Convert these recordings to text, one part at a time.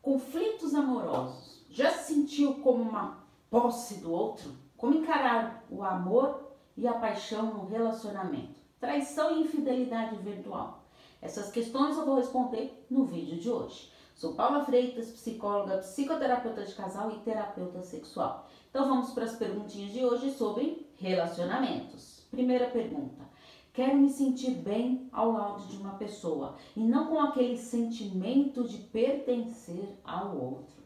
Conflitos amorosos. Já se sentiu como uma posse do outro? Como encarar o amor e a paixão no relacionamento? Traição e infidelidade virtual. Essas questões eu vou responder no vídeo de hoje. Sou Paula Freitas, psicóloga, psicoterapeuta de casal e terapeuta sexual. Então vamos para as perguntinhas de hoje sobre relacionamentos. Primeira pergunta: quero me sentir bem ao lado de uma pessoa e não com aquele sentimento de pertencer ao outro.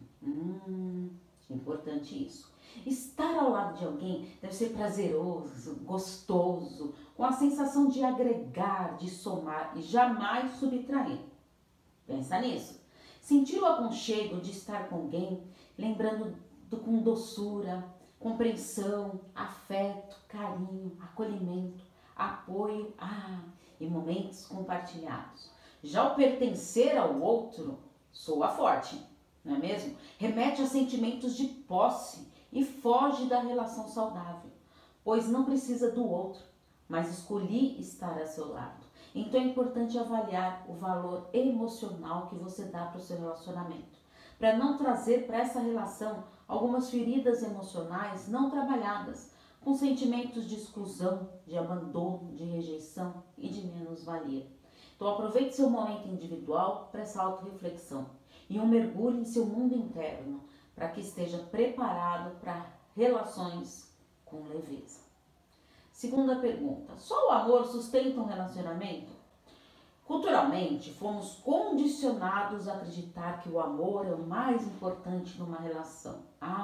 Importante isso. Estar ao lado de alguém deve ser prazeroso, gostoso, com a sensação de agregar, de somar e jamais subtrair. Pensa nisso. Sentir o aconchego de estar com alguém, lembrando com doçura, compreensão, afeto, carinho, acolhimento, apoio e momentos compartilhados. Já o pertencer ao outro soa forte, não é mesmo? Remete a sentimentos de posse e foge da relação saudável, pois não precisa do outro, mas escolhi estar a seu lado. Então é importante avaliar o valor emocional que você dá para o seu relacionamento, para não trazer para essa relação algumas feridas emocionais não trabalhadas, com sentimentos de exclusão, de abandono, de rejeição e de menos-valia. Então aproveite seu momento individual para essa autorreflexão e um mergulho em seu mundo interno, para que esteja preparado para relações com leveza. Segunda pergunta: só o amor sustenta um relacionamento? Culturalmente, fomos condicionados a acreditar que o amor é o mais importante numa relação.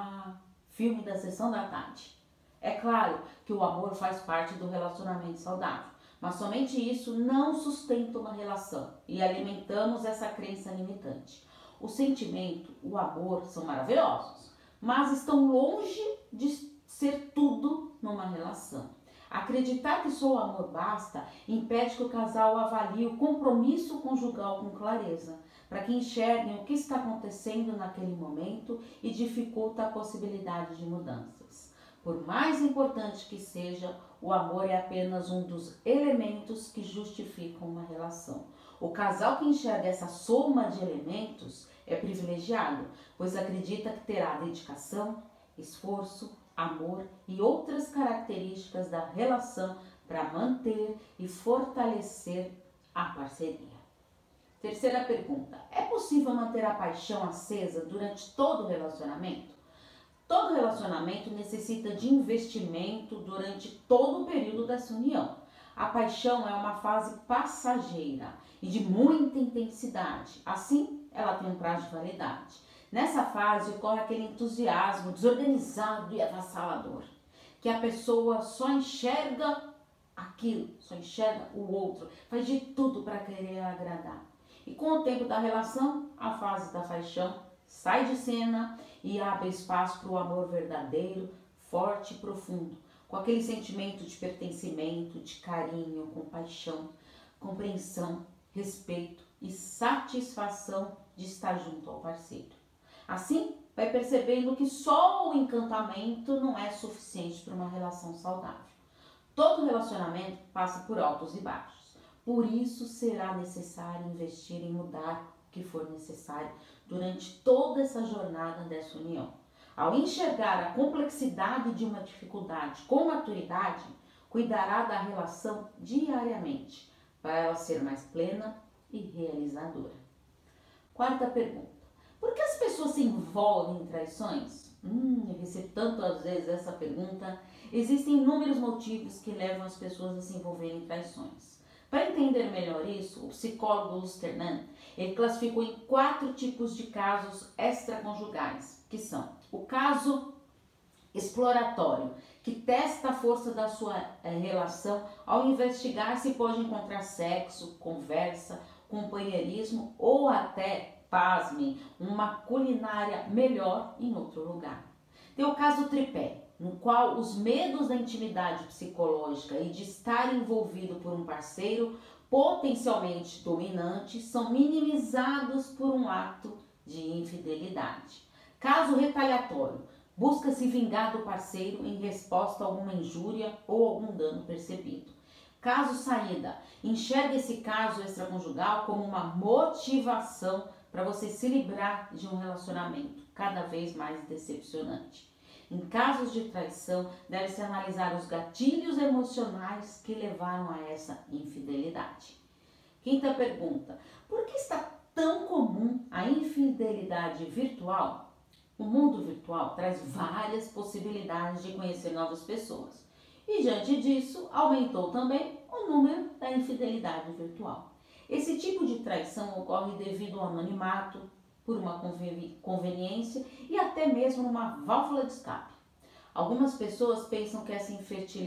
Filme da Sessão da Tarde. É claro que o amor faz parte do relacionamento saudável, mas somente isso não sustenta uma relação e alimentamos essa crença limitante. O sentimento, o amor são maravilhosos, mas estão longe de ser tudo numa relação. Acreditar que só o amor basta impede que o casal avalie o compromisso conjugal com clareza, para que enxerguem o que está acontecendo naquele momento e dificulta a possibilidade de mudanças. Por mais importante que seja, o amor é apenas um dos elementos que justificam uma relação. O casal que enxerga essa soma de elementos é privilegiado, pois acredita que terá dedicação, esforço, amor e outras características da relação para manter e fortalecer a parceria. Terceira pergunta: é possível manter a paixão acesa durante todo o relacionamento? Todo relacionamento necessita de investimento durante todo o período dessa união. A paixão é uma fase passageira e de muita intensidade. Assim, ela tem um prazo de validade. Nessa fase ocorre aquele entusiasmo desorganizado e avassalador, que a pessoa só enxerga aquilo, só enxerga o outro, faz de tudo para querer agradar. E com o tempo da relação, a fase da paixão sai de cena e abre espaço para o amor verdadeiro, forte e profundo, com aquele sentimento de pertencimento, de carinho, compaixão, compreensão, respeito e satisfação de estar junto ao parceiro. Assim, vai percebendo que só o encantamento não é suficiente para uma relação saudável. Todo relacionamento passa por altos e baixos. Por isso, será necessário investir em mudar o que for necessário durante toda essa jornada dessa união. Ao enxergar a complexidade de uma dificuldade com maturidade, cuidará da relação diariamente, para ela ser mais plena e realizadora. Quarta pergunta: por que as pessoas se envolvem em traições? Eu recebo tantas vezes essa pergunta. Existem inúmeros motivos que levam as pessoas a se envolverem em traições. Para entender melhor isso, o psicólogo Lustermann, ele classificou em 4 tipos de casos extraconjugais, que são o caso exploratório, que testa a força da sua relação ao investigar se pode encontrar sexo, conversa, companheirismo ou até, pasmem, uma culinária melhor em outro lugar. Tem o caso tripé, no qual os medos da intimidade psicológica e de estar envolvido por um parceiro potencialmente dominante são minimizados por um ato de infidelidade. Caso retaliatório: busca se vingar do parceiro em resposta a alguma injúria ou algum dano percebido. Caso saída: enxerga esse caso extraconjugal como uma motivação para você se livrar de um relacionamento cada vez mais decepcionante. Em casos de traição, deve-se analisar os gatilhos emocionais que levaram a essa infidelidade. Quinta pergunta: por que está tão comum a infidelidade virtual? O mundo virtual traz várias possibilidades de conhecer novas pessoas. E diante disso, aumentou também o número da infidelidade virtual. Esse tipo de traição ocorre devido ao anonimato, por uma conveniência e até mesmo numa válvula de escape. Algumas pessoas pensam que essa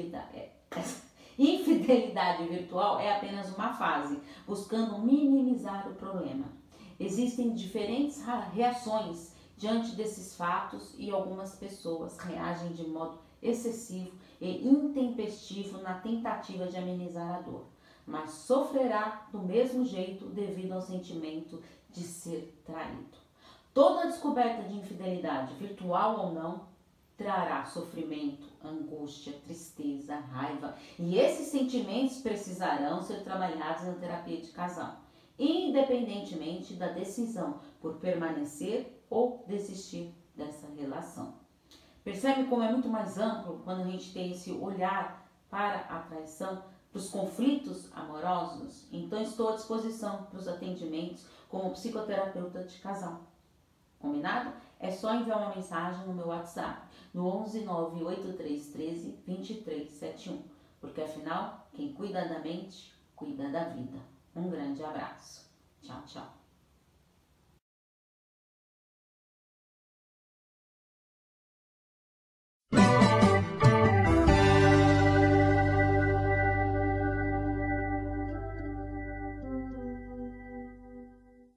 infidelidade virtual é apenas uma fase, buscando minimizar o problema. Existem diferentes reações diante desses fatos e algumas pessoas reagem de modo excessivo e intempestivo na tentativa de amenizar a dor, mas sofrerá do mesmo jeito devido ao sentimento de ser traído. Toda descoberta de infidelidade, virtual ou não, trará sofrimento, angústia, tristeza, raiva, e esses sentimentos precisarão ser trabalhados na terapia de casal, independentemente da decisão por permanecer ou desistir dessa relação. Percebe como é muito mais amplo quando a gente tem esse olhar para a traição, para os conflitos amorosos? Então estou à disposição para os atendimentos como psicoterapeuta de casal. Combinado? É só enviar uma mensagem no meu WhatsApp, no 11 98313 2371, porque afinal, quem cuida da mente, cuida da vida. Um grande abraço. Tchau, tchau.